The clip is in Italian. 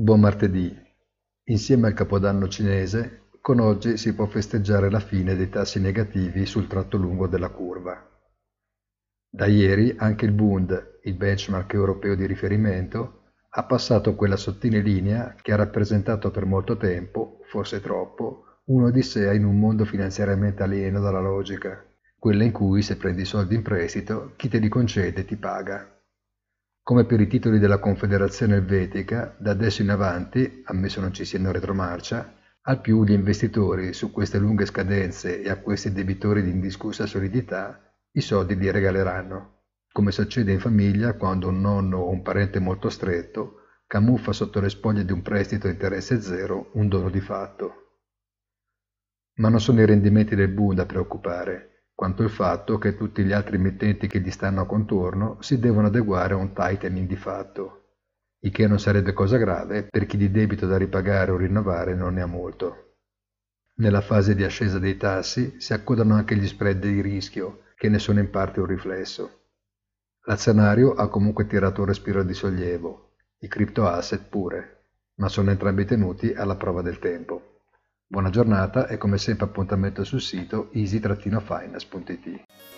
Buon martedì. Insieme al Capodanno cinese, con oggi si può festeggiare la fine dei tassi negativi sul tratto lungo della curva. Da ieri anche il Bund, il benchmark europeo di riferimento, ha passato quella sottile linea che ha rappresentato per molto tempo, forse troppo, un'odissea in un mondo finanziariamente alieno dalla logica, quella in cui se prendi soldi in prestito, chi te li concede ti paga. Come per i titoli della Confederazione Elvetica, da adesso in avanti, ammesso non ci siano retromarcia, al più gli investitori su queste lunghe scadenze e a questi debitori di indiscussa solidità i soldi li regaleranno, come succede in famiglia quando un nonno o un parente molto stretto camuffa sotto le spoglie di un prestito a interesse zero un dono di fatto. Ma non sono i rendimenti del Bund a preoccupare, quanto il fatto che tutti gli altri emittenti che gli stanno a contorno si devono adeguare a un tightening di fatto, il che non sarebbe cosa grave per chi di debito da ripagare o rinnovare non ne ha molto. Nella fase di ascesa dei tassi si accodano anche gli spread di rischio, che ne sono in parte un riflesso. L'azionario ha comunque tirato un respiro di sollievo, i crypto asset pure, ma sono entrambi tenuti alla prova del tempo. Buona giornata e come sempre appuntamento sul sito easy-finance.it.